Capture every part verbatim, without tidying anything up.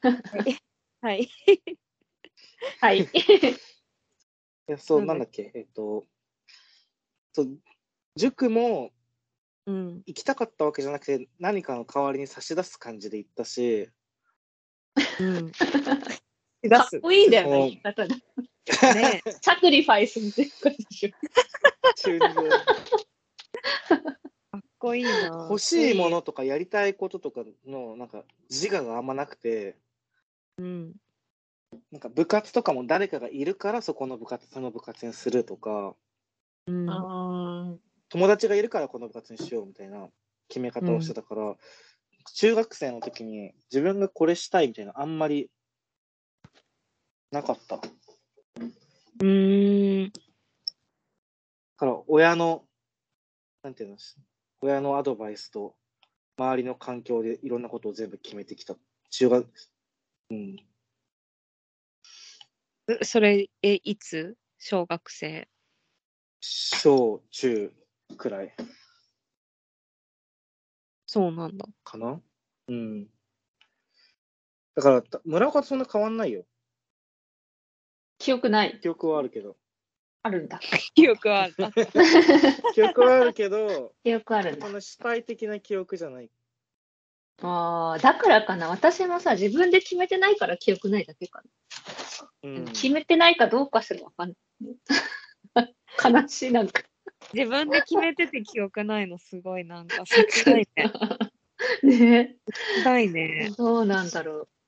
はい。 はい。いや、そう、なんだっけ、えっと、そう、塾も、うん、行きたかったわけじゃなくて、何かの代わりに差し出す感じで行ったし、うん。 かっこいいんだよね、言い方が。ねえ、サクリファイスみたいなことでしょ。 中二病。 かっこいいな。 欲しいものとかやりたいこととかのなんか自我があんまなくて、うん、なんか部活とかも誰かがいるからそこの部活その部活にするとか、うん、あ友達がいるからこの部活にしようみたいな決め方をしてたから、うん、中学生の時に自分がこれしたいみたいなあんまりなかった。うーん。だから親のなんていうの親のアドバイスと周りの環境でいろんなことを全部決めてきた。中学、うん。 それ、え、いつ小学生小、中くらい。 そうなんだ。 かなうん。だから、村岡とそんな変わんないよ。 記憶ない。 記憶はあるけど。 あるんだ。 記憶はある。 記憶はあるけど、 記憶あるんだ。 その主体的な記憶じゃない。 ああ、だからかな。私もさ、自分で決めてないから記憶ないだけかな。うん、決めてないかどうかすらわかんない。悲しい、なんか。 自分で決めてて記憶ないのすごいなんか切ないね。 ね切ないね。 どうなんだろう。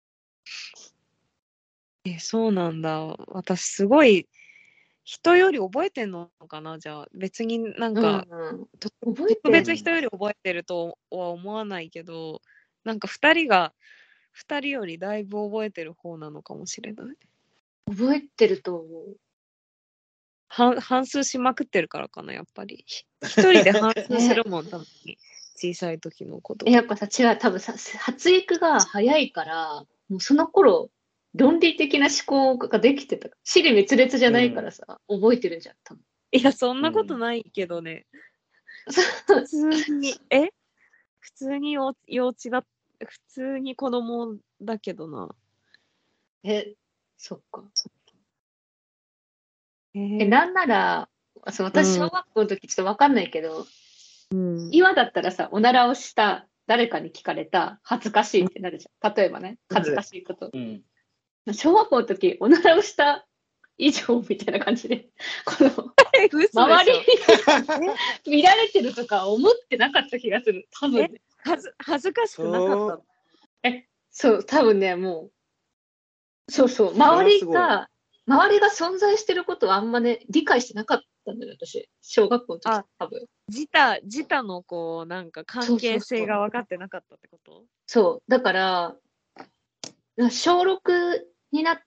え、そうなんだ。私すごい人より覚えてんのかなじゃあ別になんか、うんうん、特別人より覚えてるとは思わないけど、なんかふたりがふたりよりだいぶ覚えてる方なのかもしれない。 覚えてると思う。 半半数しまくってるからかなやっぱり。一人で半数するもん、多分小さい時のこと。 やっぱさ違う多分さ発育が早いからもうその頃論理的な思考ができてた。死に滅裂じゃないからさ、うん、覚えてるじゃん、多分。 いや、そんなことないけどね。うん、普通に、え普通に幼稚だ、普通に子供だけどな。 え、そっか。えー、えなんなら、そう私、小学校の時ちょっとわかんないけど、うん、今だったらさ、おならをした誰かに聞かれた恥ずかしいってなるじゃん。例えばね、恥ずかしいこと。うん、小学校の時、おならをした以上みたいな感じで、この周りに見られてるとか思ってなかった気がする。多分、ね、 恥ず恥ずかしくなかった。 え、そう、多分ね、もう、そうそう、周りが、周りが存在してることはあんまね、理解してなかったんだよ、私。小学校の時、多分。 自他、自他のこう、なんか関係性が分かってなかったってこと？ そうそうそう。そう、だから、小ろくになって、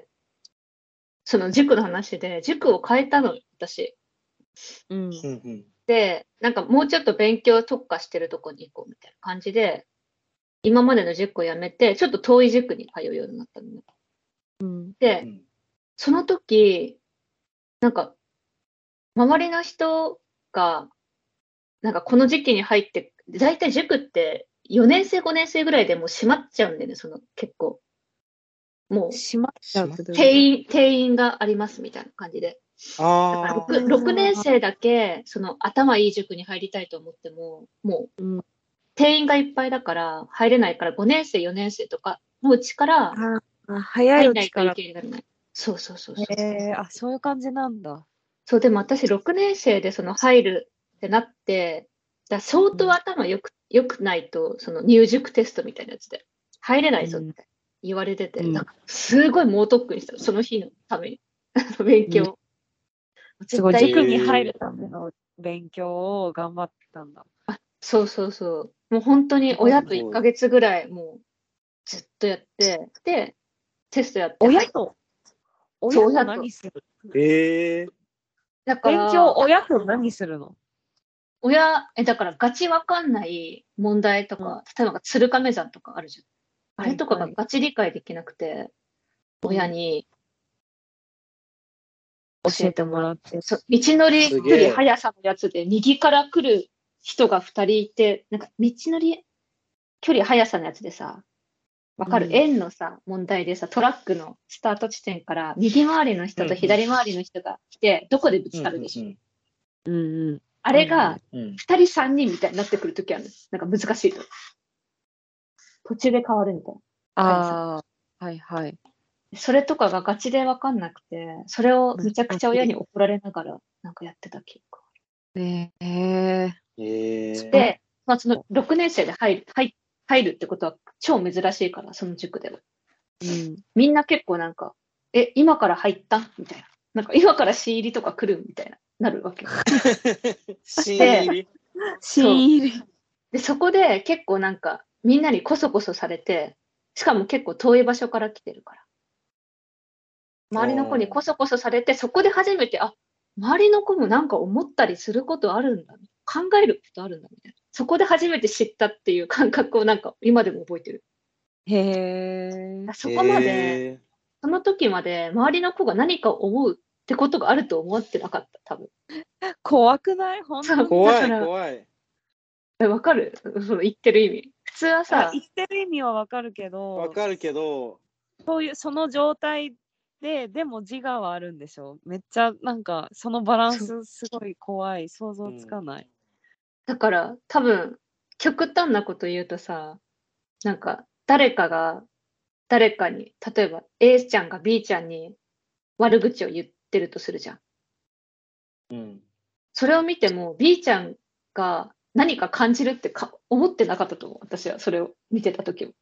その塾の話で、塾を変えたの、私。うん。で、なんかもうちょっと勉強特化してるとこに行こうみたいな感じで、今までの塾を辞めて、ちょっと遠い塾に通うようになったのね。うん、で、うん、その時、なんか、周りの人が、なんかこの時期に入って、だいたい塾ってよねん生、ごねん生ぐらいでもう閉まっちゃうんだよね、その結構。もう、 閉まっちゃう定員、定員がありますみたいな感じで。あ 6, ろくねん生だけ、その頭いい塾に入りたいと思っても、もう、うん、定員がいっぱいだから入れないから、ごねん生、よねん生とかのうちから早いうちから。 そうそうそうそう。 へー、あ、そういう感じなんだ。 そう、でも私ろくねん生でその入るってなって、だ相当頭よく、うん、よくないと、その入塾テストみたいなやつで入れないぞって言われてて、うん、すごい猛特訓した、その日のために。勉強。 うん、すごい、塾に入るための勉強を頑張ってたんだ。 あ、そうそうそう。もう本当に親といっかげつぐらいもうずっとやって、で、テストやって。 親と、親と何する？ えー、 だから勉強親と何するの？ 親、え、だからガチわかんない問題とか、うん、例えば鶴亀山とかあるじゃん。あれとかがガチ理解できなくて、はいはい、親に教えてもらって、そう道のり距離速さのやつで右から来る人がふたりいて、なんか道のり距離速さのやつでさ、 わかる、うん、円のさ、問題でさ、トラックのスタート地点から右回りの人と左回りの人が来て、どこでぶつかるでしょ。うんうん。あれが、ふたりさんにんみたいになってくるときあるんです。なんか難しいと。途中で変わるみたいな。 ああ、はいはい。 それとかがガチでわかんなくて、それをめちゃくちゃ親に怒られながら、なんかやってた記憶。 ええー。で、まあ、そのろくねん生で入る、入入るってことは超珍しいから、その塾では。うん、みんな結構なんか、え、今から入ったみたいな。なんか今から新入りとか来るみたいな、なるわけ。 新入り新入り。 で、そこで結構なんか、みんなにこそこそされて、しかも結構遠い場所から来てるから。周りの子にこそこそされて、そこで初めて、あ、周りの子もなんか思ったりすることあるんだ。考えることあるんだみたいな。そこで初めて知ったっていう感覚をなんか今でも覚えてる。 へー。そこまで、その時まで周りの子が何か思うってことがあると思ってなかった、多分。 怖くない？本当に怖い、怖い。 え、わかる？その言ってる意味。普通はさ、 言ってる意味はわかるけど、 わかるけど、 そういう、その状態で、でも自我はあるんでしょ。めっちゃ、なんか、そのバランスすごい怖い。想像つかない。うん、 だから、多分、極端なこと言うとさ、なんか、誰かが、誰かに、例えば A ちゃんが B ちゃんに悪口を言ってるとするじゃん。 うん。 それを見ても B ちゃんが何か感じるってか思ってなかったと思う。私はそれを見てた時は。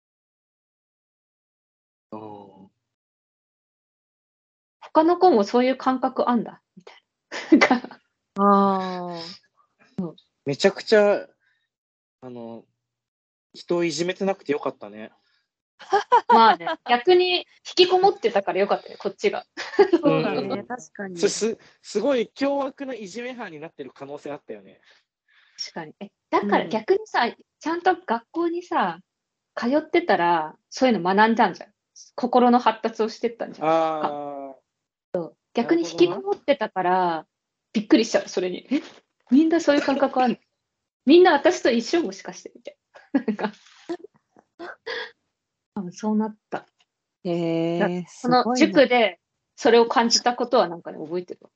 他の子もそういう感覚あんだみたいな。 ああ。 めちゃくちゃ、あの、人をいじめてなくてよかったね。 まあね、逆に引きこもってたからよかったね、こっちが。 そうだね、確かに。 す、すごい凶悪ないじめ犯になってる可能性あったよね。 確かに。え、だから逆にさ、うん、ちゃんと学校にさ、通ってたら、そういうの学んだんじゃん。心の発達をしてったんじゃん。 ああ。逆に引きこもってたから、びっくりしちゃう、それに。え、みんなそういう感覚あるの？みんな私と一緒もしかしてみたいな。なんか多分そうなった。 へえ。 その塾でそれを感じたことはなんかね、覚えてる。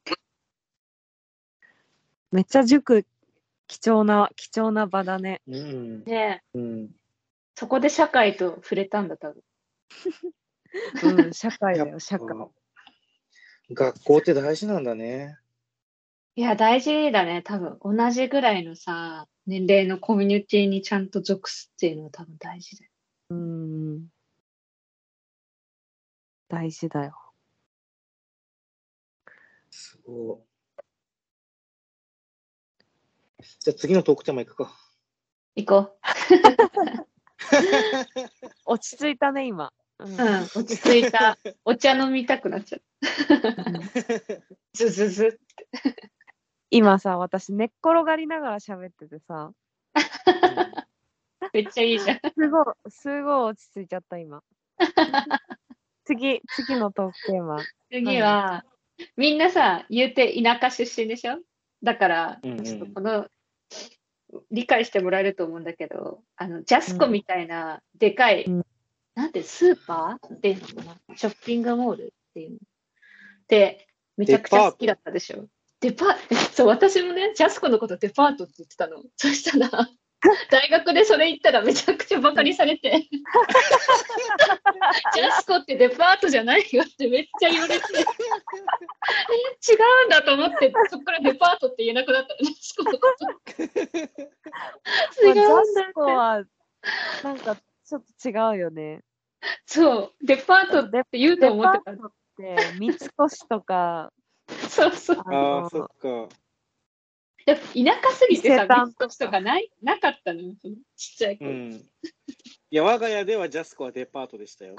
めっちゃ塾、貴重な、貴重な場だね。 うん、 ねえ、うん。 そこで社会と触れたんだ、多分。 うん、社会だよ、社会。 学校って大事なんだね。 いや、大事だね、多分。同じぐらいのさ、年齢のコミュニティにちゃんと属すっていうのは多分大事だよ。 うん。大事だよ。 すごい。じゃあ次のトークテーマいくか。 行こう。 落ち着いたね、今。 うん、うん、落ち着いた。お茶飲みたくなっちゃった。ズズズって。 今さ、私寝っ転がりながら喋っててさ。 めっちゃいいじゃん。 すごい、すごい落ち着いちゃった、今。次、次のトークテーマ。 次は、みんなさ、言うて田舎出身でしょ？だから、うんうん、ちょっとこの、理解してもらえると思うんだけど、あの、ジャスコみたいな、でかい、うん、なんて、スーパーっていうのかな？ショッピングモールっていうの。で、めちゃくちゃ好きだったでしょ？デパート、そう、私もね、ジャスコのことデパートって言ってたの。そしたら、大学でそれ言ったらめちゃくちゃバカにされて、ジャスコってデパートじゃないよってめっちゃ言われて、え、違うんだと思って、そこからデパートって言えなくなったの、ジャスコのこと。 違うんだって。ジャスコは、なんかちょっと違うよね。 そう、デパートって言うと思ってた。 デパートって三越とか、 そうそう。 ああ、そっか。 田舎すぎてさ、三越とかないなかったのよ、ちっちゃい子。うん、 いや、我が家ではジャスコはデパートでしたよ。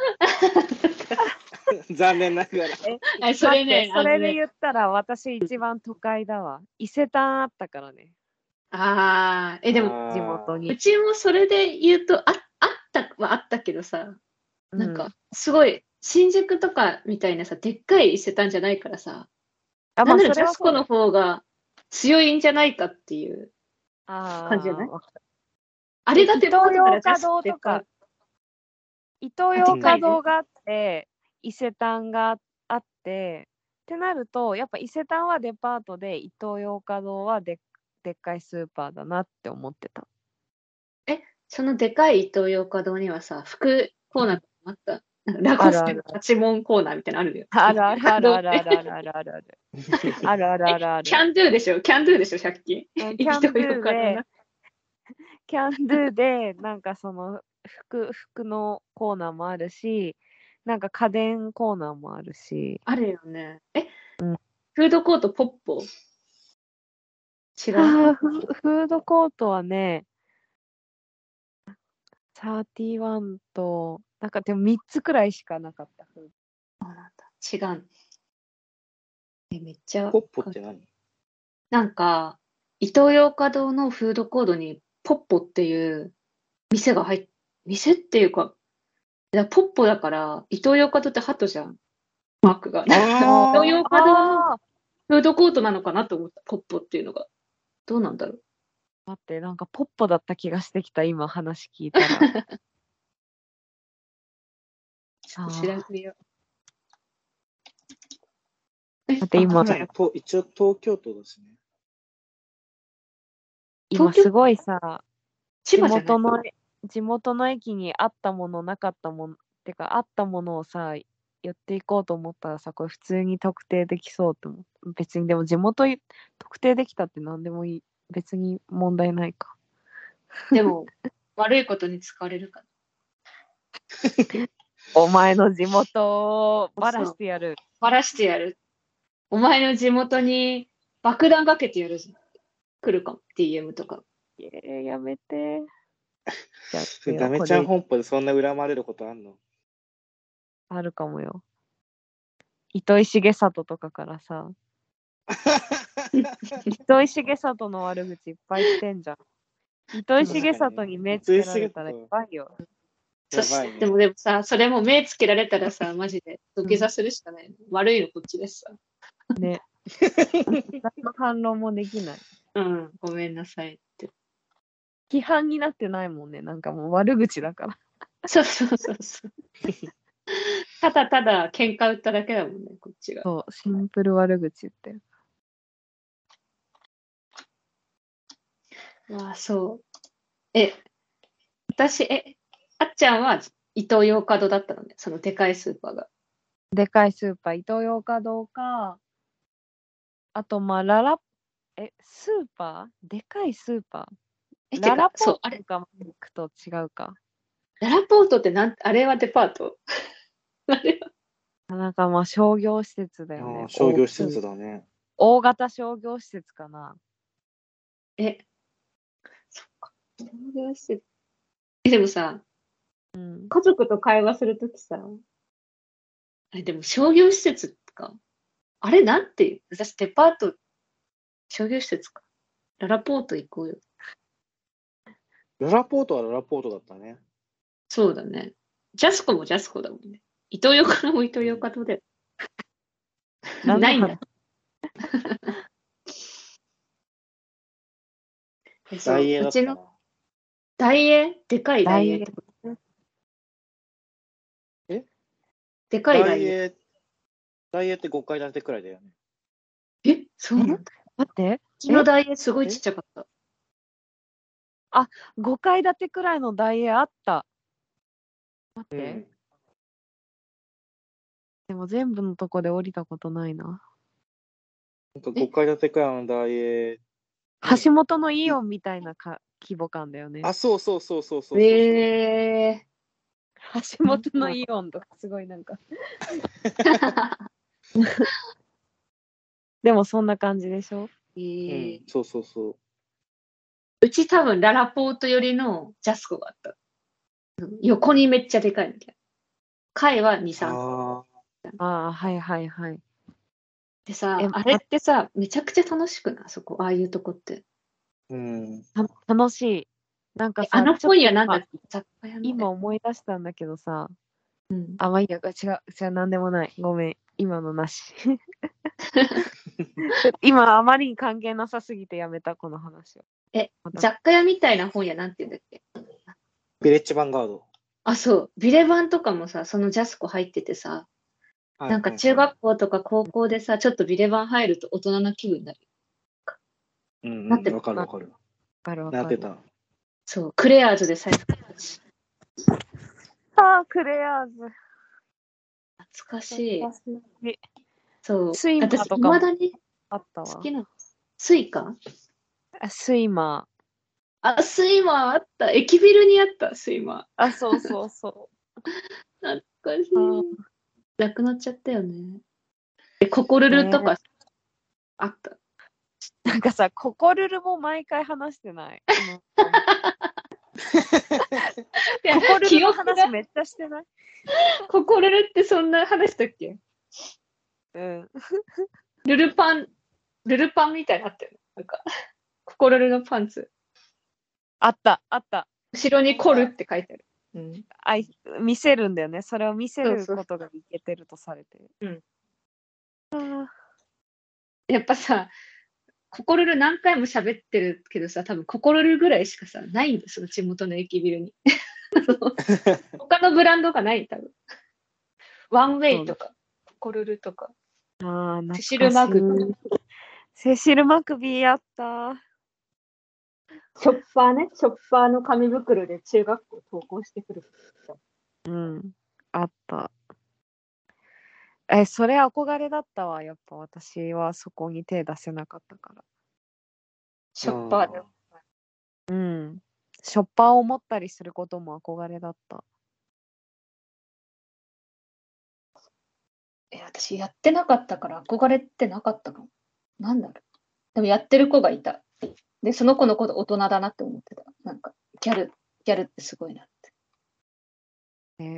残念ながら。 え、それね、 それで言ったら私一番都会だわ。伊勢丹あったからね。 ああ、え、でも、 地元に。 うちもそれで言うと、あ、あったはあったけどさ、なんか、すごい、新宿とかみたいなさ、でっかい伊勢丹じゃないからさ、あ、なんでジャスコの方が強いんじゃないかっていう感じじゃない？あれだって東洋華堂とか、 イトーヨーカドーがあって、伊勢丹があって、ってなると、やっぱ伊勢丹はデパートで、イトーヨーカドーはででっかいスーパーだなって思ってた。 え、そのでかいイトーヨーカドーにはさ、服コーナーあった？ラコステの八問コーナーみたいなのあるよ。 あるあるあるあるあるあるあるあるある。あるあるあるある。 キャンドゥでしょキャンドゥでしょ借金。 キャンドゥで、キャンドゥで、なんかその服、服のコーナーもあるし、なんか家電コーナーもあるし。 あるよね。え、 うん、 フードコートポッポ違う、 あフ？フードコートはね、サーティワンと、なんかでもみっつくらいしかなかった。 そうなんだ。違う。え、めっちゃ。 ポッポって何？ なんか、イトーヨーカドーのフードコートにポッポっていう店が入っ、店っていうか、いやポッポだから、イトーヨーカドーってハトじゃん。マークが。イトーヨーカドーのフードコートなのかなと思った、ポッポっていうのが。どうなんだろう。 待って、なんかポッポだった気がしてきた、今話聞いたら。 ちょっと調べてみよう。 だって今、 一応東京都ですね。 今すごいさ、地元の、地元の駅にあったものなかったもの、てかあったものをさ、寄っていこうと思ったらさ、これ普通に特定できそうって思う。別にでも地元特定できたって何でもいい。別に問題ないか。 でも、悪いことに使われるかな。 お前の地元をバラしてやる。 バラしてやる。お前の地元に爆弾かけてやるじゃん。来るかも、ディーエム とか。 えー、やめて。 ダメちゃん本舗でそんな恨まれることあんの？ あるかもよ。糸井重里とかからさ。糸井重里の悪口いっぱい来てんじゃん。糸井重里に目つけられたらやばいよ。 やばいね、でもでもさ、それも目つけられたらさ、マジで土下座するしかない、ね、うん、悪いのこっちですさ。 ね。何の反論もできない。 うん、ごめんなさいって。 批判になってないもんね。なんかもう悪口だから。 そうそうそうそう。ただただ喧嘩売っただけだもんね、こっちが。 そう、シンプル悪口言ってる。 ああ、そう。え、私、え、あっちゃんはイトーヨーカドーだったのね、そのでかいスーパーが。 でかいスーパー、イトーヨーカドーか、あと、まあ、ララ、え、スーパーでかいスーパーララポートか行くと違うか。 ララポートってなん、あれはデパートあれはなんかまあ商業施設だよね。 商業施設だね。 大型商業施設かな。 え、そっか。商業施設。え、でもさ、うん、家族と会話するときさ、え、でも商業施設か。あれなんていう？私デパート、商業施設か。ララポート行こうよ。 ララポートはララポートだったね。 そうだね。ジャスコもジャスコだもんね。イトーヨーカドーもイトーヨーカドーで。ないんだ。 ダイエーだったな。 ダイエーでかいダイエー。 えでかいダイエー。 ダイエーってごかい建てくらいだよね。 えそうなんだ。 待って。 うちのダイエーすごいちっちゃかった。 あ、ごかい建てくらいのダイエーあった。待って。うん、でも全部のとこで降りたことないな。 なんかごかい建てくらいのダイエー。橋本のイオンみたいなか規模感だよね。 あ、そうそうそうそうそうそう。 えー。 橋本のイオンとかすごいなんか。でもそんな感じでしょ？ えー、 うん、そうそうそう。 うち多分ララポート寄りのジャスコがあった。横にめっちゃでかいみたいな。階はに、さんこ。 ああ、はいはいはい。 でさ、あれってさ、めちゃくちゃ楽しくない？そこ、ああいうとこって。 うん。 楽しい。なんかさ、 あの本屋なんだっけ？雑貨屋みたいな。 今思い出したんだけどさ、 うん、 あ、まあいいや、違う、違う、なんでもない。ごめん、今のなし。今、あまりに関係なさすぎてやめた、この話を。 え、雑貨屋みたいな本屋なんて言うんだっけ？ ビレッジヴァンガード。 あ、そう。ビレバンとかもさ、そのジャスコ入っててさ、なんか中学校とか高校でさ、ちょっとビレバン入ると大人な気分になる。 うん、 なってわかるわかる。 わかるわなってかる。 た。 そう、クレアーズで最初ああ、クレアーズ。 懐かしい。 懐かしい。 そう。 スイマー私、 とかも未だにあったわ。 好きな。スイカあスイマあ、スイマーあった。駅ビルにあった、スイマー。 ー。あ、そうそうそ懐かしいあ。 なくなっちゃったよね。え、ココルルとか、 ねあった。 う。なんかさ、ココルルも毎回話してない。 いやココルルの記憶が話めっちゃしてない。 ココルルってそんな話したっけ？ うん。 ルルパン、ルルパンみたいになったよね。なんか、ココルルのパンツ。 あった、あった。 後ろにコルって書いてある。うん。 あい見せるんだよね。それを見せるそうそうことがいけてるとされてる。 うん。 あやっぱさ、ココルル何回も喋ってるけどさ、多分ココルルぐらいしかさ、ないんですよ、地元の駅ビルに。他のブランドがない、多分。ワンウェイとか、ココルルとか。 あ、 セシル・マクビー。 セシル・マクビーあった。 ショッパーね、ショッパーの紙袋で中学校登校してくる。 うん、あった。え、それ憧れだったわ。やっぱ私はそこに手出せなかったから。 ショッパーで。 うん。ショッパーを持ったりすることも憧れだった。 え、私やってなかったから憧れってなかったかも。なんだろう。でもやってる子がいた。で、その子のこと大人だなって思ってた。なんか、ギャル、ギャルってすごいなって。 ね。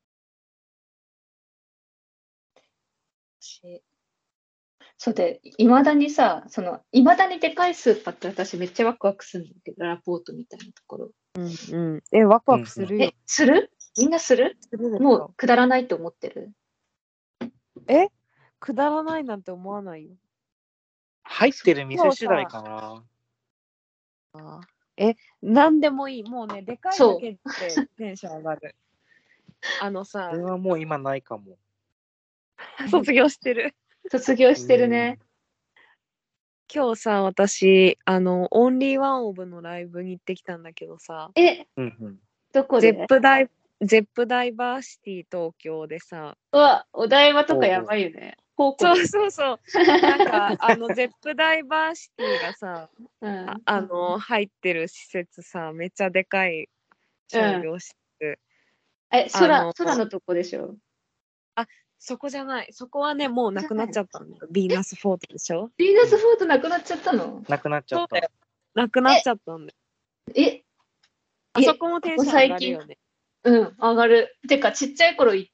しそうで、いまだにさ、その、いまだにでかいスーパーって私めっちゃワクワクするんだけど、ラポートみたいなところ。 うんうん。え、ワクワクするよ。 え、するみんなするするもうくだらないと思ってる？ えくだらないなんて思わないよ。 入ってる店次第かな。 あえ、なんでもいい。もうね、でかいだけでテンション上がる。あのさ、 それはもう今ないかも。 卒業してる。 卒業してるね。 今日さ、私、あの、オンリーワンオブのライブに行ってきたんだけどさ、 え、 うんうん、 どこで？ ゼップダイ、ゼップダイバーシティ東京でさ、 うわ、お台場とかやばいよね。 そうそうそう。なんか、あの、ゼップダイバーシティがさ、 うん、 あ, あの、入ってる施設さ、めっちゃでかい商業施設。 うん、え、空、空のとこでしょ？ あ、そこじゃない。そこはね、もうなくなっちゃったんだよ。ヴィーナスフォートでしょ？ ヴィーナスフォートなくなっちゃったの？ なくなっちゃった。 なくなっちゃったんだよ。 え、 あそこもテンション上がるよね。 うん、上がる。てか、ちっちゃい頃行って、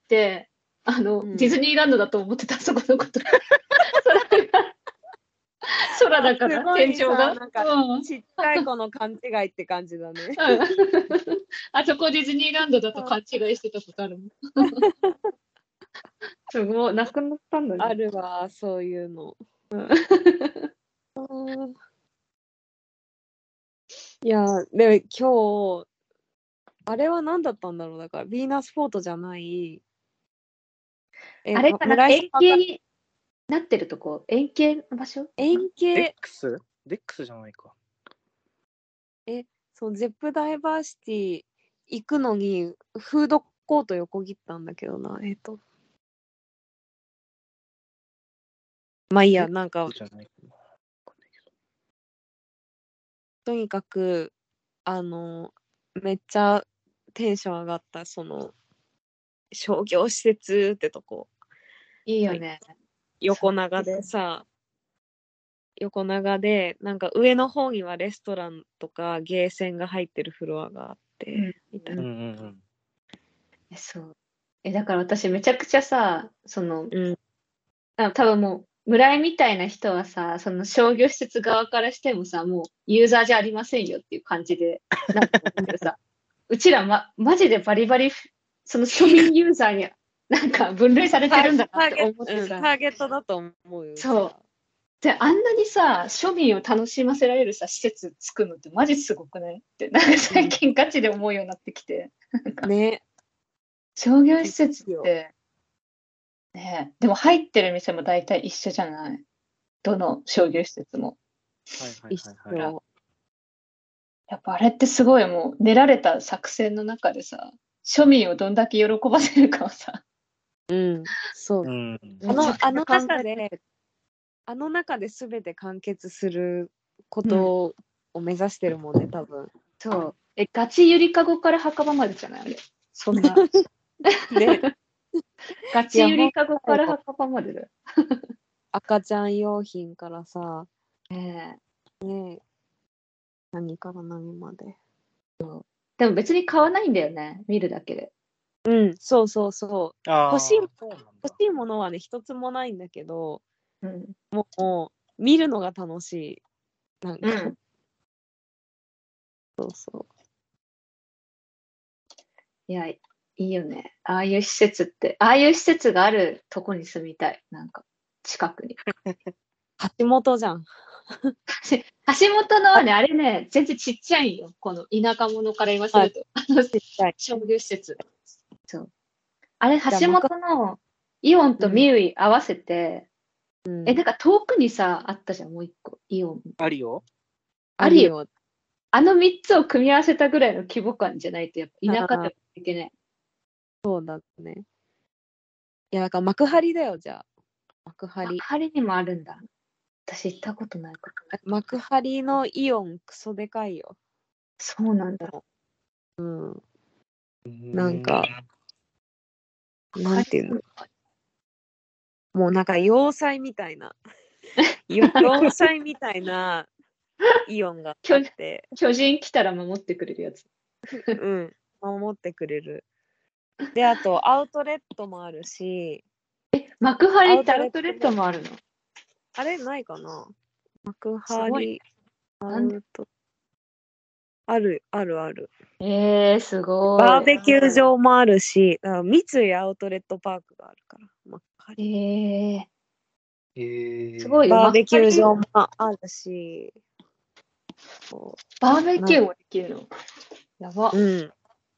あの、うん、ディズニーランドだと思ってた、そこのこと。空だから、天井が。 なんか、うん、ちっちゃい子の勘違いって感じだね。 うん、あそこディズニーランドだと勘違いしてたことあるもん。すごい、なくなったんだね。 あるわ、そういうの。いや、でも今日、あれは何だったんだろう。だから、ヴィーナスフォートじゃない。 あれかな、円形になってるとこ、円形の場所？ 円形。 デックス？デックスじゃないか。 え、そう、ゼップダイバーシティ行くのに、フードコート横切ったんだけどな、えっと。まあいいや、なんか、とにかく、あの、めっちゃテンション上がった、その、商業施設ってとこ。 いいよね。 横長でさ、横長で、なんか上の方にはレストランとかゲーセンが入ってるフロアがあって、うん、みたいな。うんうんうん、 え、そう。え、だから私めちゃくちゃさ、その、うん、多分もう、村井みたいな人はさ、その商業施設側からしてもさ、もうユーザーじゃありませんよっていう感じで、なんか思うけどさ、うちらま、マジでバリバリ、その庶民ユーザーになんか分類されてるんだなって思ってさ。 ターゲットだと思うよ。 そう。で、あんなにさ、庶民を楽しませられるさ、施設作るのってマジすごくないって、なんか最近ガチで思うようになってきて。 ね。 商業施設って、ね、でも入ってる店も大体一緒じゃない。どの商業施設も。 はいはいはいはい。 やっぱあれってすごいもう練られた作戦の中でさ、庶民をどんだけ喜ばせるかをさ。 うん、そう。うん、あの、あの中で、あの中で全て完結することを目指してるもんね、うん、多分。 そう。え、ガチゆりかごから墓場までじゃないあれ。そんな。ね。ガチゆりかごから墓場までだよ。 赤ちゃん用品からさ、 ねえ。ねえ。何から何まで。 そう。でも別に買わないんだよね、見るだけで。 うん、そうそうそう。欲しい、欲しいものはね、一つもないんだけど、うん、もう、もう見るのが楽しい。なんか、うん、そうそう。 いや、いいよね。ああいう施設って、ああいう施設があるとこに住みたい。なんか、近くに。 橋本じゃん。 橋本のはね、あれね、全然ちっちゃいよ。この田舎者から言わせると。あの、ちっちゃい。商業施設。そう。あれ、橋本のイオンとミウイ合わせて、うん、え、なんか遠くにさ、あったじゃん、もう一個。イオン。 あるよ。 あるよ。あの三つを組み合わせたぐらいの規模感じゃないと、やっぱ田舎ではいけない。 そうだね。いや、なんか幕張だよ、じゃあ。幕張。 幕張にもあるんだ。私行ったことないから。幕張のイオン、クソでかいよ。 そうなんだ。 うん。なんか、なんていうの。もうなんか要塞みたいな。要塞みたいなイオンがあって。 巨人来たら守ってくれるやつ。 うん。守ってくれる。で、あと、アウトレットもあるし。 え、幕張ってアウトレットもあるの？ あれないかな？幕張、アウト。ある、あるある。 えー、すごい。 バーベキュー場もあるし、三井アウトレットパークがあるから。幕張。 えー。 えー、 すごいよ。 バーベキュー場もあるし。 バーベキューもできるの？やば。 うん。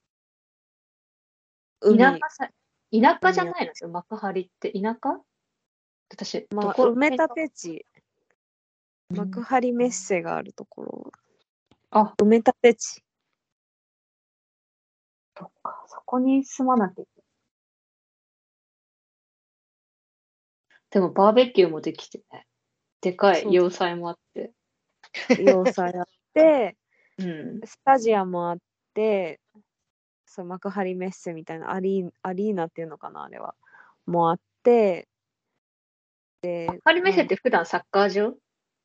田舎さ、田舎じゃないのよ、幕張って田舎？私、 まあ、埋め立て地。幕張メッセがあるところ。 あ、 埋め立て地。 そっか、そこに住まなきゃいけない。でもバーベキューもできてね。でかい要塞もあって。 要塞あって、 うん、 スタジアムもあって、そう幕張メッセみたいなアリー、アリーナっていうのかな、あれは。もあって、 で、幕張メッセって普段サッカー場？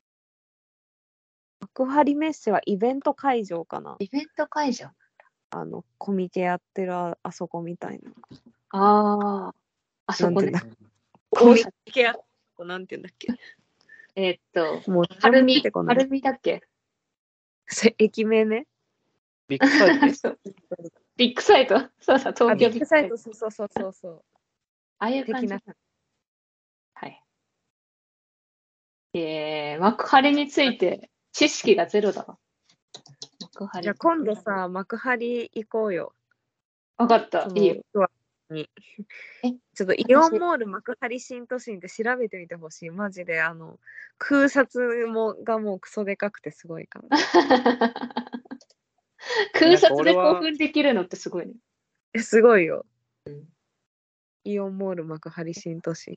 幕張メッセはイベント会場かな。 イベント会場？ あの、コミケやってる あ, あそこみたいな。 ああ、あそこね。 コミケやってるなんて言うんだっけ。 えー、っと、もう、はるみ、はるみだっけ？ 駅名ね。 ビッグサイト。 ビッグサイト。そうそう、東京ビッグサイト。そうそうそうそうそう。 ああいう感じ。はい。えー、幕張について知識がゼロだわ。 幕張。じゃあ今度さ、幕張行こうよ。 わかった。いいよ。 にえちょっとイオンモール幕張新都心って調べてみてほしい。マジで、あの、空撮もがもうクソでかくてすごいから。 空撮で興奮できるのってすごいね。 え、すごいよ。うん、イオンモール幕張新都心。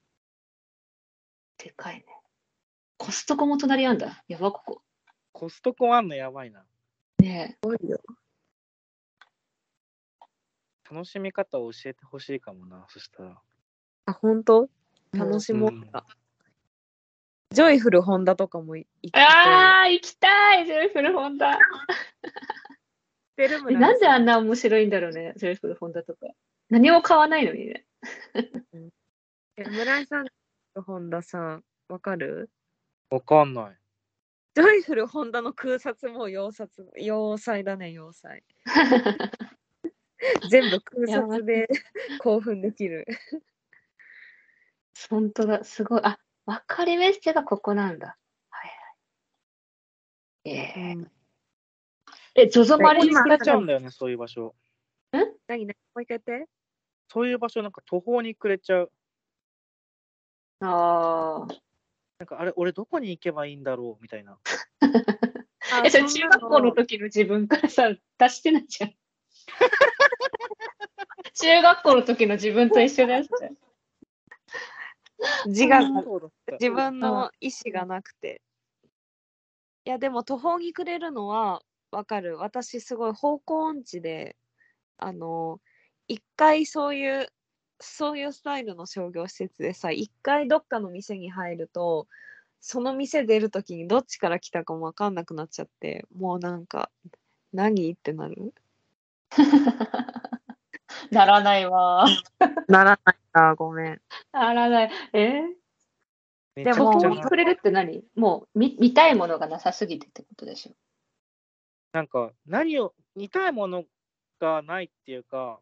でかいね。コストコも隣あんだ。やば、ここ。 コストコあんのやばいな。 ねえ。 すごいよ。 楽しみ方を教えてほしいかもな、そしたら。 あ、本当？楽しもうか。うん、ジョイフルホンダとかも行きたい。 ああ、行きたい、ジョイフルホンダ。え、なんであんな面白いんだろうね、ジョイフルホンダとか。何も買わないのにね。 え、村井さん、ホンダさ、わかる？ わかんない。 ジョイフルホンダの空撮も要塞、要塞だね、要塞。全部空撮で興奮できる。 本当だ、すごい。あ、幕張メッセがここなんだ。はいはい。えー、うん、え、ゾゾマリンに使っちゃうんだよね、そういう場所。 ん？ 何何もう一回言って。 そういう場所なんか途方に暮れちゃう。 ああ。 なんかあれ、俺どこに行けばいいんだろうみたいな。 え、それ中学校の時の自分からさ、出してないじゃん。中学校の時の自分と一緒だよ。 自我が、自分の意思がなくて。いや、でも途方に暮れるのはわかる。私すごい方向音痴で、あの、一回そういう、そういうスタイルの商業施設でさ、一回どっかの店に入ると、その店出るときにどっちから来たかもわかんなくなっちゃって、もうなんか、何ってなるならないわ。 ならないか、ごめん。 ならない。えー、でも、途方に暮れるって何？もう見、見たいものがなさすぎてってことでしょ。 なんか、何を、見たいものがないっていうか、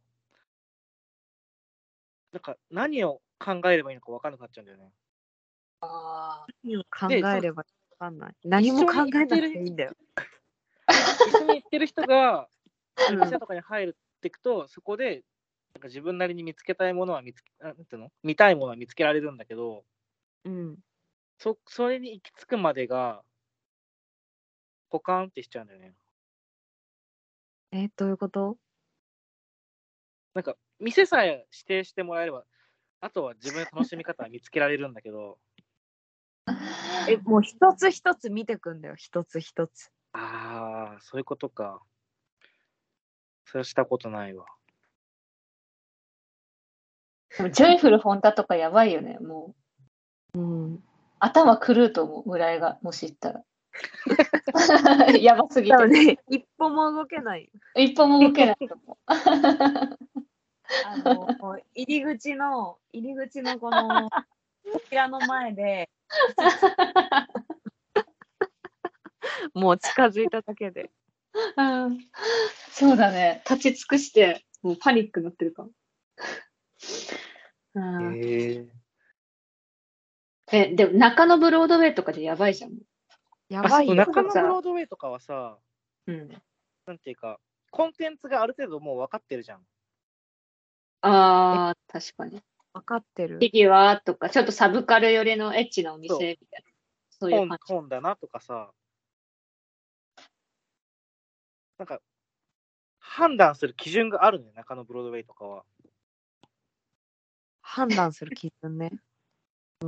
なんか何を考えればいいのか分かんなくなっちゃうんだよね。 ああ。 何を考えれば分かんない。何も考えなくていいんだよ。 一緒に行ってる人が、店とかに入るっていくと、そこで、なんか自分なりに見つけたいものは見つけ、なんていうの？見たいものは見つけられるんだけど、 うん。 そ、それに行き着くまでが、ポカーンってしちゃうんだよね。 え、どういうこと？ なんか、店さえ指定してもらえれば、あとは自分の楽しみ方は見つけられるんだけど。 え、もう一つ一つ見てくんだよ、一つ一つ。 ああ、そういうことか。それしたことないわ。 でもジョイフルホンダとかやばいよね、もう。うん。 頭狂うと思う、村井が、もし行ったら。やばすぎて、 ね。一歩も動けない。 一歩も動けないと思う。 あの、入り口の、入り口のこの、扉の前で、もう近づいただけで。 うん、そうだね。立ち尽くして、もうパニックになってるかも。 へえ。え、でも中野ブロードウェイとかでやばいじゃん。 やばいよ。 中野ブロードウェイとかはさ、 うん、 なんていうか、コンテンツがある程度もう分かってるじゃん。 ああ、確かに。 分かってる。 フィギュアとか、ちょっとサブカル寄りのエッチなお店みたいな。そういう感じ。 本だなとかさ、なんか、判断する基準があるね、中野ブロードウェイとかは。 判断する基準ね。うん。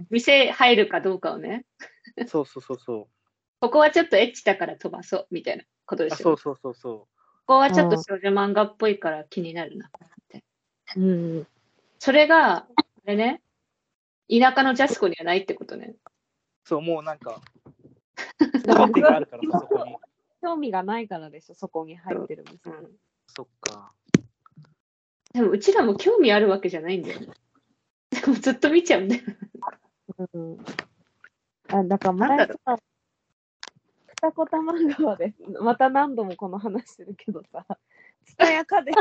店入るかどうかをね。 そうそうそうそう。 ここはちょっとエッチだから飛ばそうみたいなことでしょ。 そうそうそうそう。ここはちょっと少女漫画っぽいから気になるなって。 うん。 それが、あれね、田舎のジャスコにはないってことね。 そう、もうなんか、全てがあるからさ、そこに。 興味がないからでしょ、そこに入ってる店。 うん、 そっか。 でもうちらも興味あるわけじゃないんだよね。でもずっと見ちゃうんだよ。 うん。あ、だから前さ、二子玉川で、また何度もこの話するけどさ、ツタヤ家電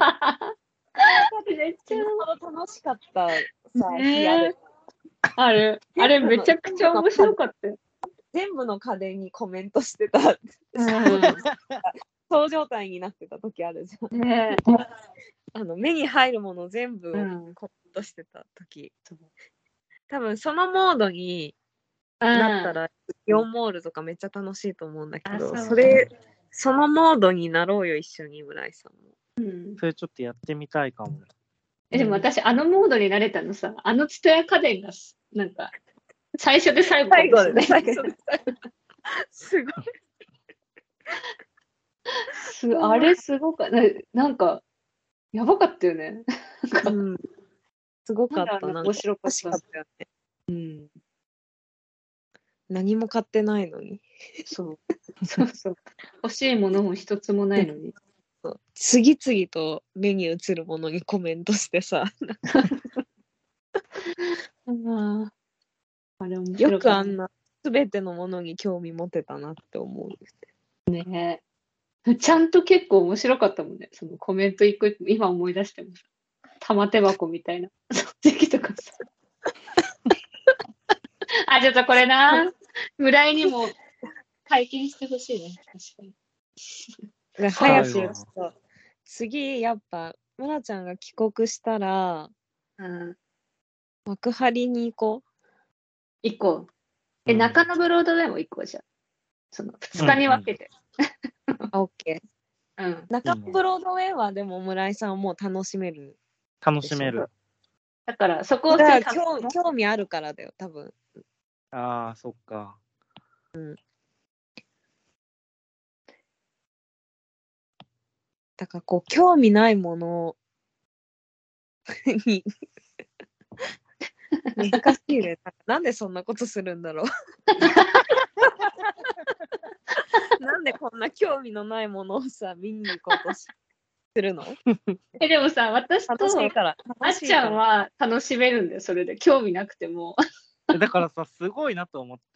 めっちゃ楽しかったさ、日ある。 ある。あれめちゃくちゃ面白かったよ。 全部の家電にコメントしてた。うん、そう状態になってた時あるじゃん。ね、あの目に入るもの全部をコメントしてた時。うん、多分そのモードになったら、イオンモールとかめっちゃ楽しいと思うんだけど、そ, それ、そのモードになろうよ、一緒に、村井さんも。 うん、それちょっとやってみたいかも。 え、でも私、あのモードになれたのさ、あのツタヤ家電が、なんか、最初で最後最後で、ね、最後で。すごい。 すあれすごかった。なんか、やばかったよね。 うん、すごかった。なんか面白かったよね。うん。何も買ってないのに。 そう。そうそう。欲しいものも一つもないのに。 そう次々と目に映るものにコメントしてさ。 ああれ面白よくあんなすべてのものに興味持てたなって思う。 ねえ。ちゃんと結構面白かったもんね。そのコメント一個一個、今思い出してもさ。玉手箱みたいな。時期とかさ。あ、ちょっとこれな。村井にも解禁してほしいね。確かに。 早く次やっぱ村ちゃんが帰国したら、 うん、 幕張に行こう。 行こう。え、うん、中野ブロードウェイも行こうじゃん。そのふつかに分けて。 オッケー。うん。 中野ブロードウェイはでも村井さんも楽しめる。 楽しめる。 だからそこを興興味あるからだよ、多分。 ああ、そっか。 うん。だからこう興味ないものに難しいね。なんでそんなことするんだろう。なんでこんな興味のないものをさ見に行こうとするの？ えでもさ、私とあっちゃんは楽しめるんだよ、それで興味なくても。 だからさ、すごいなと思って。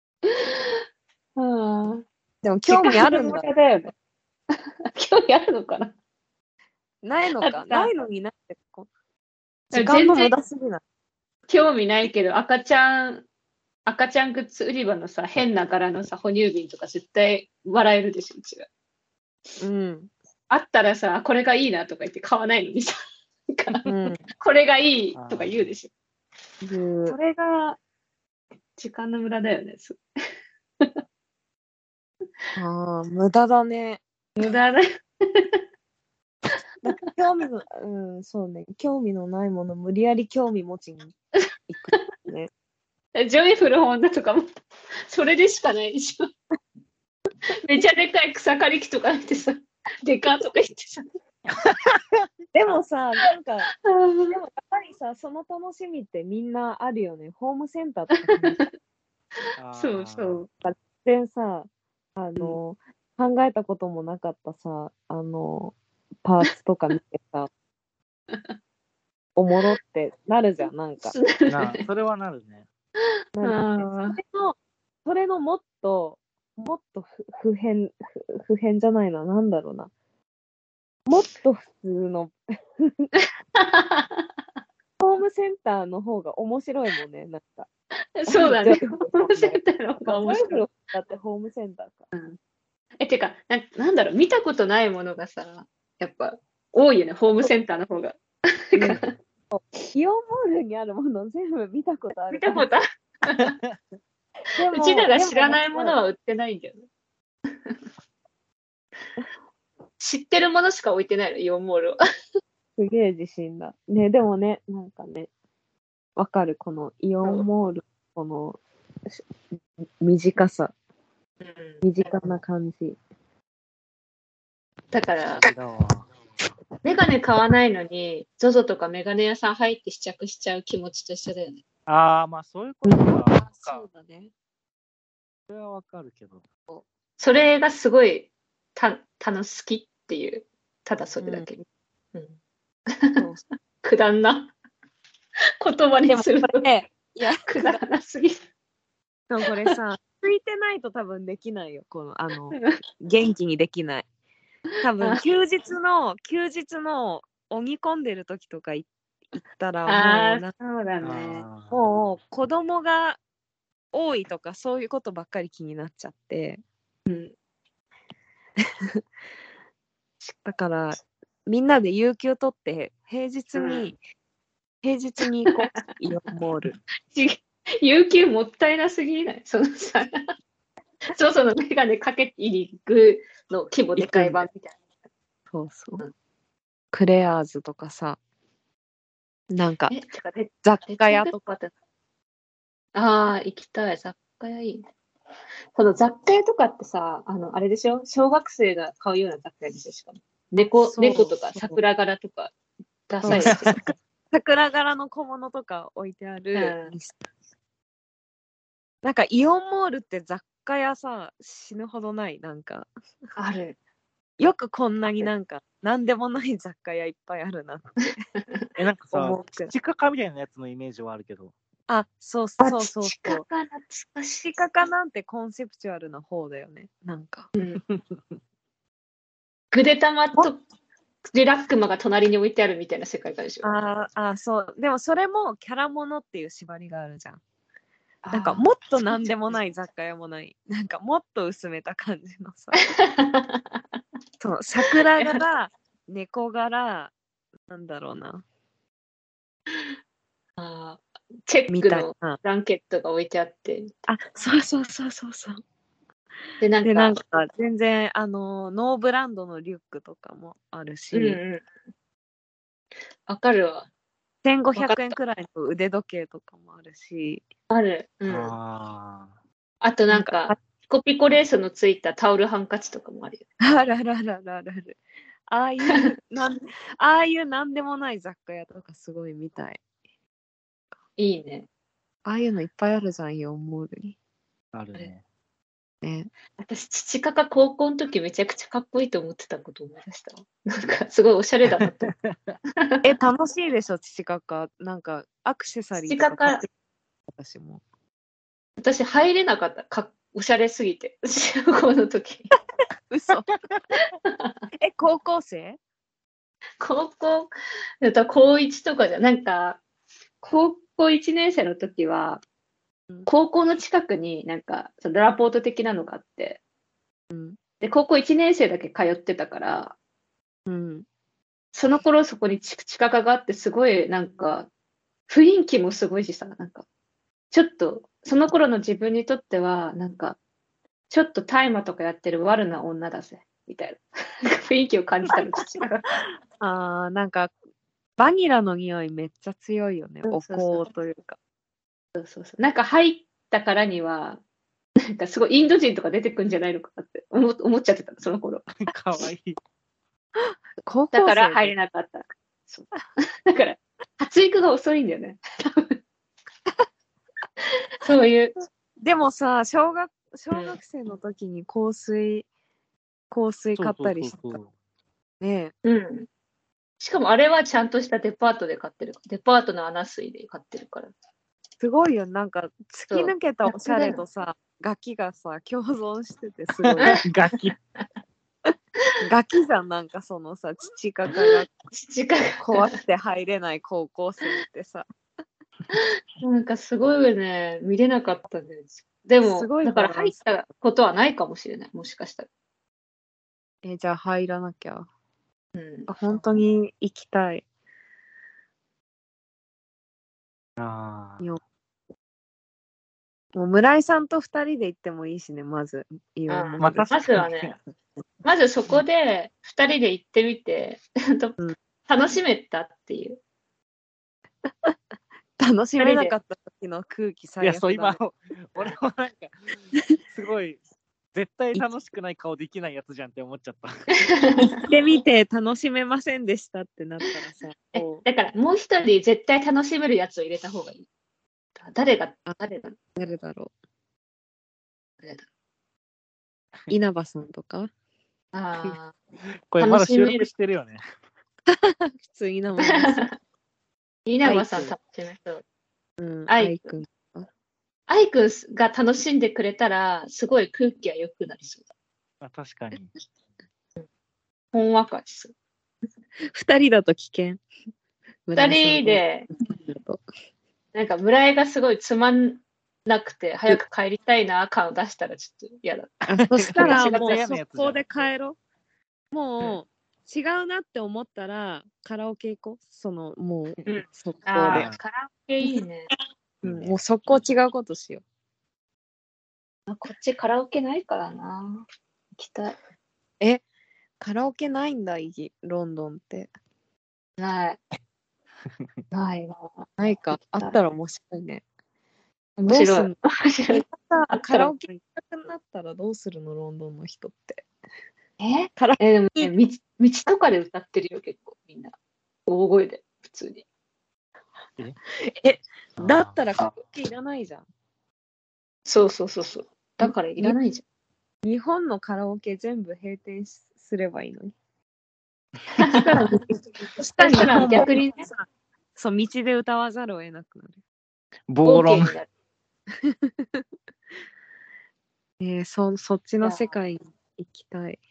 はあ、 でも興味あるんだ。 だよね。興味あるのかな？ ないのか。ないのになってこ時間の無駄すぎない。 興味ないけど、赤ちゃん、赤ちゃんグッズ売り場のさ、変な柄のさ、哺乳瓶とか絶対笑えるでしょ、うちが。 うん。 あったらさ、これがいいなとか言って買わないのにさ、 うん、 これがいいとか言うでしょ。 それが時間の無駄だよね。 ああ、無駄だね。 無駄だよ。 なんか興味の、うん、そうね。興味のないもの、無理やり興味持ちに行くね。 ジョイフルホンダとかも、それでしかないでしょ。めちゃでかい草刈り機とか見てさ、でかとか言ってさ。 でもさ、なんか、でもやっぱりさ、その楽しみってみんなあるよね。ホームセンターとか。そうそう。 全然さ、あの、うん、考えたこともなかったさ、あの、パーツとか見てさ、おもろってなるじゃん、なんか。 なそれはなるね。 なんかね、それの、それのもっと、もっと不変、不変じゃないな、なんだろうな。もっと普通のホームセンターの方が面白いもんね、なんか。 そうだね。ホームセンターの方が面白い。 だってホームセンターか。 うん、え、てかな、なんだろう、見たことないものがさ、やっぱ多いよね、ホームセンターの方が。 イオンモールにあるもの全部見たことある。 見たことある。うちらが知らないものは売ってないんだよね。知ってるものしか置いてないの、イオンモールは。 すげえ自信だ。ね、でもね、なんかね、わかる、このイオンモール、この短さ、うん、身近な感じ。 だから、メガネ買わないのに、ゾゾ とかメガネ屋さん入って試着しちゃう気持ちと一緒だよね。 ああ、まあそういうことか。 そうだね。 それはわかるけど。 それがすごいた楽しきっていう、ただそれだけ。うん。うん、くだんな言葉にすると、ね、いや、くだらなすぎる。 でもこれさ、ついてないと多分できないよ。この、あの、元気にできない。多分、休日の、休日の鬼込んでる時とか行ったら、もうな、 そうだね。 もう子供が多いとか、そういうことばっかり気になっちゃって。うん。だから、みんなで有給取って、平日に、うん、平日に行こう、イオンモール。 有給もったいなすぎない？そのさ、そうそうのメガネかけてに行くの規模でかい版みたいな。 そうそう。うん、クレアーズとかさ、なんか、雑貨屋とか。 ああ、行きたい。雑貨屋いいね。この雑貨屋とかってさ、あの、あれでしょ？小学生が買うような雑貨屋でしょ？しかも。猫、猫とか桜柄とか、ダサいやつ。 桜柄の小物とか置いてある。うん、なんかイオンモールって雑貨屋さ、死ぬほどない？なんか。 ある。 よくこんなになんか、なんでもない雑貨屋いっぱいあるなって。 え、なんかさ、チカカみたいなやつのイメージはあるけど。 あ、そうそうそうそう。チカカ懐かしい。チカカなんてコンセプチュアルな方だよね。なんか。うん、 グデタマとリラックマが隣に置いてあるみたいな世界観でしょ。 ああ、そう。でもそれもキャラものっていう縛りがあるじゃん。なんかもっとなんでもない雑貨屋もない。なんかもっと薄めた感じのさ。そう、桜柄、猫柄、 なんだろうな。 あチェックのブランケットが置いてあって。 あ、そうそうそうそうそう。 で、なんか、 でなんか全然、あの、ノーブランドのリュックとかもあるし。 うんうん。わかるわ。 せんごひゃくえんくらいの腕時計とかもあるし。 ある。うん。 ああとなんか、ピコピコレースのついたタオルハンカチとかもあるよ。 あるあるあるあるあるある。ああいうなんああいうなんでもない雑貨屋とかすごい見たい。 いいね。 ああいうのいっぱいあるじゃんよ、モールに。 あるね。 ね。 私、父方高校の時めちゃくちゃかっこいいと思ってたことを思い出した。なんかすごいおしゃれだなと。 え、楽しいでしょ、父方。なんかアクセサリーとか買って私も。 私入れなかった。かおしゃれすぎて。中高の時。 嘘。え、高校生？ 高校、だったら高いちとかじゃ、なんか、高校いちねん生の時は、高校の近くになんか、そのラポート的なのがあって、うん、で、高校いちねん生だけ通ってたから、うん、その頃そこに地下化があって、すごいなんか、雰囲気もすごいしさ、なんか、ちょっと、その頃の自分にとっては、なんか、ちょっと大麻とかやってる悪な女だぜ、みたいな雰囲気を感じたの、父が。 あー、なんか、バニラの匂いめっちゃ強いよね、お香というか。 そうそうそう。なんか入ったからには、なんかすごいインド人とか出てくんじゃないのかなって思思っちゃってたの、その頃。 かわいい。 高校生だから入れなかった。そうだから、発育が遅いんだよね。そういう。 でもさ、小学、小学生の時に香水、香水買ったりした。ねえ。うん。しかもあれはちゃんとしたデパートで買ってる。デパートのアナ水で買ってるから。 すごいよ。なんか、突き抜けたおしゃれとさ、ガキがさ、共存しててすごい。 ガキ。 ガキじゃん、なんかそのさ、父方が父方怖くて入れない高校生ってさ。 なんかすごいね、見れなかったんです。でも、だから入ったことはないかもしれない、もしかしたら。 え、じゃあ入らなきゃ。 うん、 あ、本当に行きたい。 ああ。 もう村井さんと二人で行ってもいいしね、まず。 ま, まずはね、まずそこで二人で行ってみて、うん、楽しめたっていう。 楽しめなかった時の空気最悪だ、ね。 いや、そう、今、俺もなんか、すごい、絶対楽しくない顔できないやつじゃんって思っちゃった。 行ってみて楽しめませんでしたってなったらさ。 えだからもう一人絶対楽しめるやつを入れた方がいい。誰が、誰だ誰だろう。誰だ稲葉さんとかああ。 これまだ収録してるよね。 普通稲葉さん。 稲葉さん楽しめそう。 うん、愛くん。 愛くんが楽しんでくれたら、すごい空気は良くなりそうだ。あ、確かに。 ほんわかしそう。 二人だと危険。 二人で、なんか村井がすごいつまんなくて、早く帰りたいな感を出したらちょっと嫌だ。 そしたらもう速攻で帰ろう。もう、違うなって思ったらカラオケ行こう。そのもう、うん、速攻で。 カラオケいいね。 うん、もう速攻違うことしよう。こっちカラオケないからな。行きたい。 え、カラオケないんだ、ロンドンって。 ない。ないわ。 ないか。あったら面白いね。 面白い。 カラオケ行きたくなったらどうするの、ロンドンの人って。 えカラえでもね道、道とかで歌ってるよ、結構みんな。大声で、普通に。 ええ、だったらカラオケいらないじゃん。そうそうそうそう。だからいらないじゃん。日本のカラオケ全部閉店すればいいのに。そしたら逆にね、そう、道で歌わざるを得なくなる。 暴論。 えー、そ, そっちの世界に行きたい。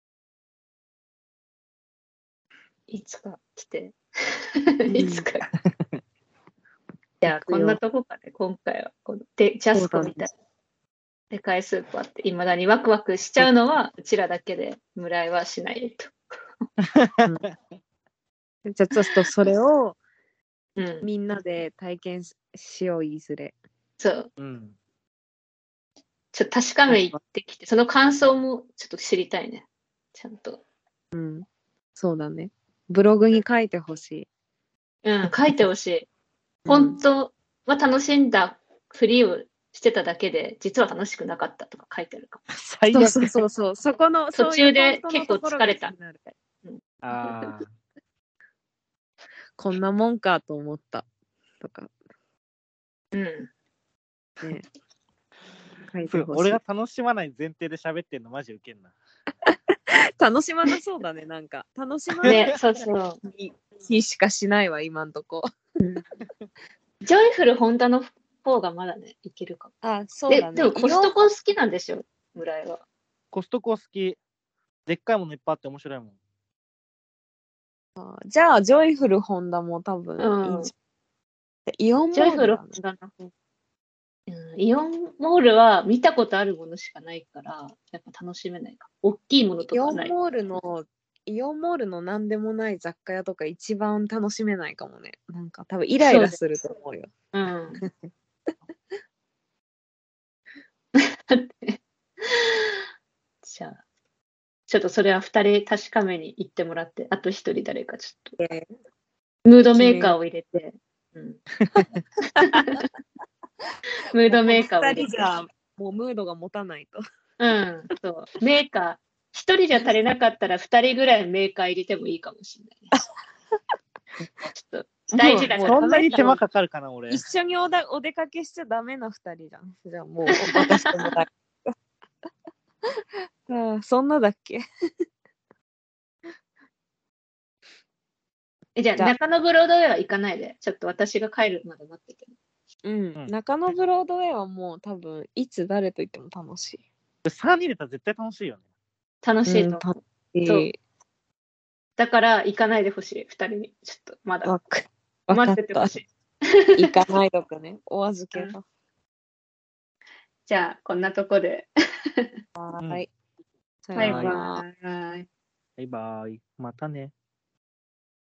いつか来て。いつか。じゃあ、こんなとこかね、今回は。このでジャスコみたいな。でかいスーパーっていまだにワクワクしちゃうのはうちらだけで、村井はしないと。 じゃあちょっとそれをうん、 みんなで体験ししよう、いずれ。 そう。 うん。 ちょっと確かめ行ってきて、その感想もちょっと知りたいね。ちゃんと。 うん。そうだね。ブログに書いてほしい。 うん、書いてほしい。本当は楽しんだふりをしてただけで、実は楽しくなかったとか書いてあるかも。 最悪。 そうそうそう。そこの、 途中で結構疲れた。 うん、ああ。 こんなもんかと思ったとか。 うん。 ね。 俺が楽しまない前提で喋ってんのマジウケんな。 楽しまなそうだね、なんか。楽しまないね、そうそう。 気しかしないわ、今んとこ。 ジョイフルホンダの方がまだね、いけるかも。 あ、そうだね。 でもコストコ好きなんでしょ、村井は。 コストコ好き。でっかいものいっぱいあって面白いもん。 あ、じゃあ、ジョイフルホンダも多分いいんじゃ、うん、イオンモール、ね、ジョイフルホンダの方。 うん、イオンモールは見たことあるものしかないから、やっぱ楽しめないか。大きいものとかない。 イオンモールの、イオンモールの何でもない雑貨屋とか一番楽しめないかもね。なんか多分イライラすると思うよ。 ううん。じゃあ、ちょっとそれは二人確かめに行ってもらって、あと一人誰かちょっと、えー、ムードメーカーを入れて、うん、ムードメーカーを入れて。 ふたりじゃもうムードが持たないと。 うん、そう。メーカー、一人じゃ足りなかったら二人ぐらいメーカー入れてもいいかもしれないね。ちょっと大事だから。 そんなに手間かかるかな、俺。 一緒におだお出かけしちゃダメな二人じゃん。じゃあもう私ともだあ、そんなだっけえ、じゃあ中野ブロードウェイは行かないで。ちょっと私が帰るまで待ってて。 うん、中野ブロードウェイはもう多分いつ誰と行っても楽しい。 さんにんでたら絶対楽しいよね。 楽しいと思う。うん、そう。だから行かないでほしい、ふたりに。ちょっとまだ。待っててほしい。 行かないとかね、お預けだ。 じゃあ、こんなとこで。 はい。 バイバイ。 バイバイ。またね。